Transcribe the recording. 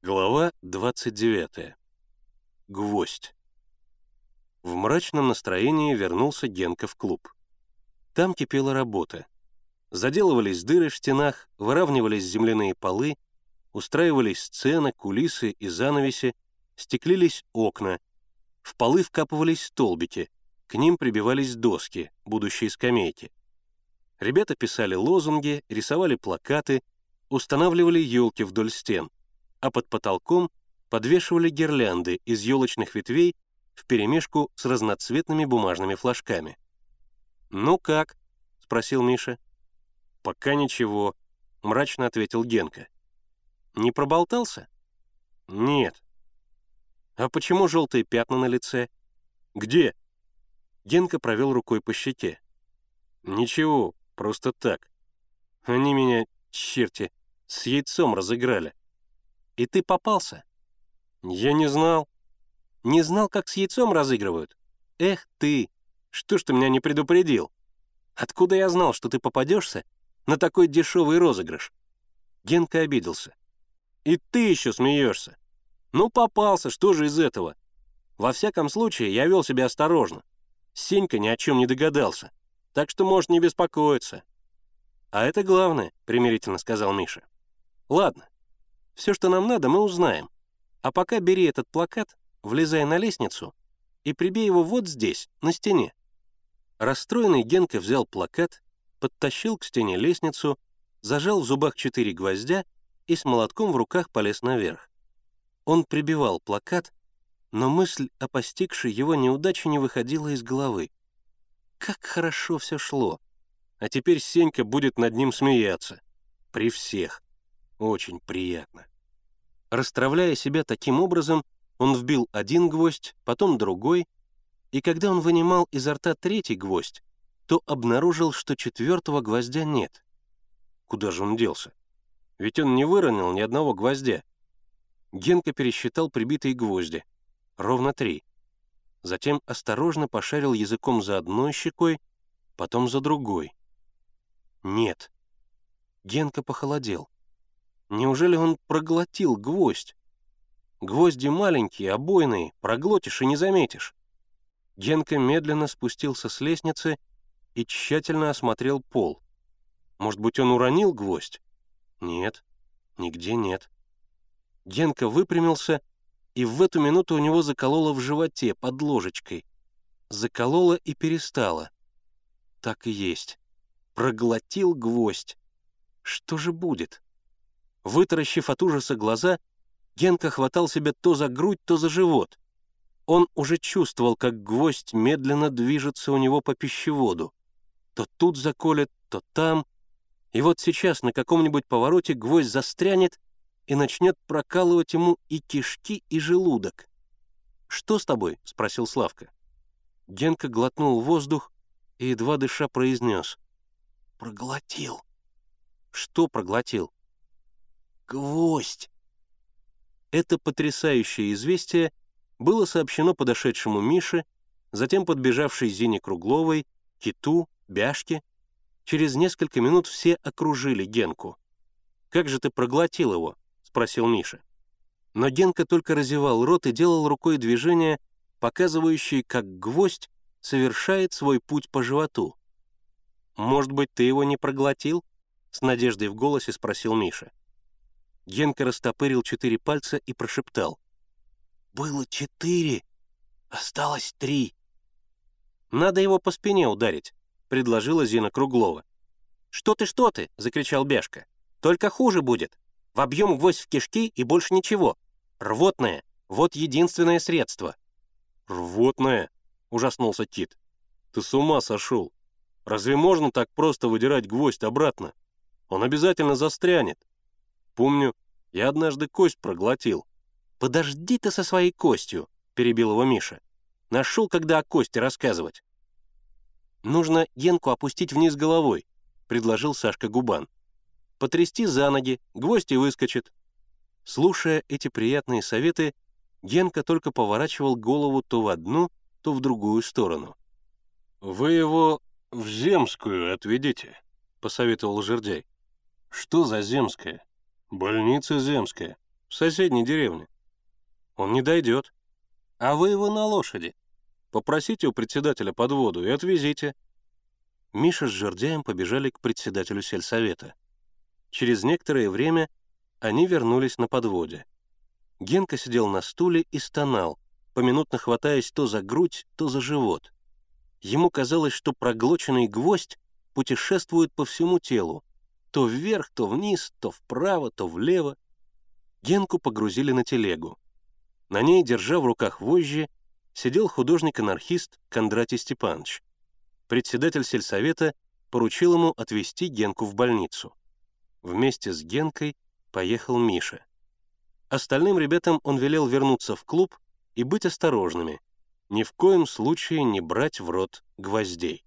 Глава 29. Гвоздь. В мрачном настроении вернулся Генка в клуб. Там кипела работа. Заделывались дыры в стенах, выравнивались земляные полы, устраивались сцены, кулисы и занавеси, стеклились окна, в полы вкапывались столбики, к ним прибивались доски, будущие скамейки. Ребята писали лозунги, рисовали плакаты, устанавливали елки вдоль стен, а под потолком подвешивали гирлянды из елочных ветвей вперемешку с разноцветными бумажными флажками. «Ну как?» — спросил Миша. «Пока ничего», — мрачно ответил Генка. «Не проболтался?» «Нет». «А почему желтые пятна на лице?» «Где?» Генка провел рукой по щеке. «Ничего, просто так. Они меня, черти, с яйцом разыграли». «И ты попался?» «Я не знал». «Не знал, как с яйцом разыгрывают? Эх ты! Что ж ты меня не предупредил? Откуда я знал, что ты попадешься на такой дешевый розыгрыш?» Генка обиделся. «И ты еще смеешься? Ну, попался, что же из этого? Во всяком случае, я вел себя осторожно. Сенька ни о чем не догадался, так что можешь не беспокоиться». «А это главное», — примирительно сказал Миша. «Ладно, все, что нам надо, мы узнаем. А пока бери этот плакат, влезай на лестницу и прибей его вот здесь, на стене». Расстроенный Генка взял плакат, подтащил к стене лестницу, зажал в зубах 4 гвоздя и с молотком в руках полез наверх. Он прибивал плакат, но мысль о постигшей его неудаче не выходила из головы. Как хорошо все шло. А теперь Сенька будет над ним смеяться. При всех. Очень приятно. Расстравляя себя таким образом, он вбил один гвоздь, потом другой, и когда он вынимал изо рта 3-й гвоздь, то обнаружил, что 4-го гвоздя нет. Куда же он делся? Ведь он не выронил ни одного гвоздя. Генка пересчитал прибитые гвозди. Ровно 3. Затем осторожно пошарил языком за одной щекой, потом за другой. Нет. Генка похолодел. Неужели он проглотил гвоздь? Гвозди маленькие, обойные, проглотишь и не заметишь. Генка медленно спустился с лестницы и тщательно осмотрел пол. Может быть, он уронил гвоздь? Нет, нигде нет. Генка выпрямился, и в эту минуту у него закололо в животе под ложечкой. Закололо и перестало. Так и есть. Проглотил гвоздь. Что же будет? Вытаращив от ужаса глаза, Генка хватал себя то за грудь, то за живот. Он уже чувствовал, как гвоздь медленно движется у него по пищеводу. То тут заколет, то там. И вот сейчас на каком-нибудь повороте гвоздь застрянет и начнет прокалывать ему и кишки, и желудок. «Что с тобой?» — спросил Славка. Генка глотнул воздух и, едва дыша, произнес. «Проглотил». «Что проглотил?» «Гвоздь». Это потрясающее известие было сообщено подошедшему Мише, затем подбежавшей Зине Кругловой, Киту, Бяшке. Через несколько минут все окружили Генку. «Как же ты проглотил его?» — спросил Миша. Но Генка только разевал рот и делал рукой движения, показывающие, как гвоздь совершает свой путь по животу. «Может быть, ты его не проглотил?» — с надеждой в голосе спросил Миша. Генка растопырил 4 пальца и прошептал. «Было 4, осталось 3». «Надо его по спине ударить», — предложила Зина Круглова. «Что ты?» — закричал Бяшка. «Только хуже будет. Вобьем гвоздь в кишки и больше ничего. Рвотное — вот единственное средство». «Рвотное?» — ужаснулся Кит. «Ты с ума сошел? Разве можно так просто выдирать гвоздь обратно? Он обязательно застрянет. Помню, я однажды кость проглотил». «Подожди ты со своей костью», — перебил его Миша. «Нашел, когда о кости рассказывать». «Нужно Генку опустить вниз головой», — предложил Сашка Губан. «Потрясти за ноги, гвоздь и выскочит». Слушая эти приятные советы, Генка только поворачивал голову то в одну, то в другую сторону. «Вы его в Земскую отведите», — посоветовал Жердяй. «Что за Земская?» «Больница Земская. В соседней деревне. Он не дойдет. А вы его на лошади. Попросите у председателя подводу и отвезите. Миша с жердяем побежали к председателю сельсовета. Через некоторое время они вернулись на подводе. Генка сидел на стуле и стонал, поминутно хватаясь то за грудь, то за живот. Ему казалось, что проглоченный гвоздь путешествует по всему телу, то вверх, то вниз, то вправо, то влево. Генку погрузили на телегу. На ней, держа в руках вожжи, сидел художник-анархист Кондратий Степанович. Председатель сельсовета поручил ему отвезти Генку в больницу. Вместе с Генкой поехал Миша. Остальным ребятам он велел вернуться в клуб и быть осторожными, ни в коем случае не брать в рот гвоздей.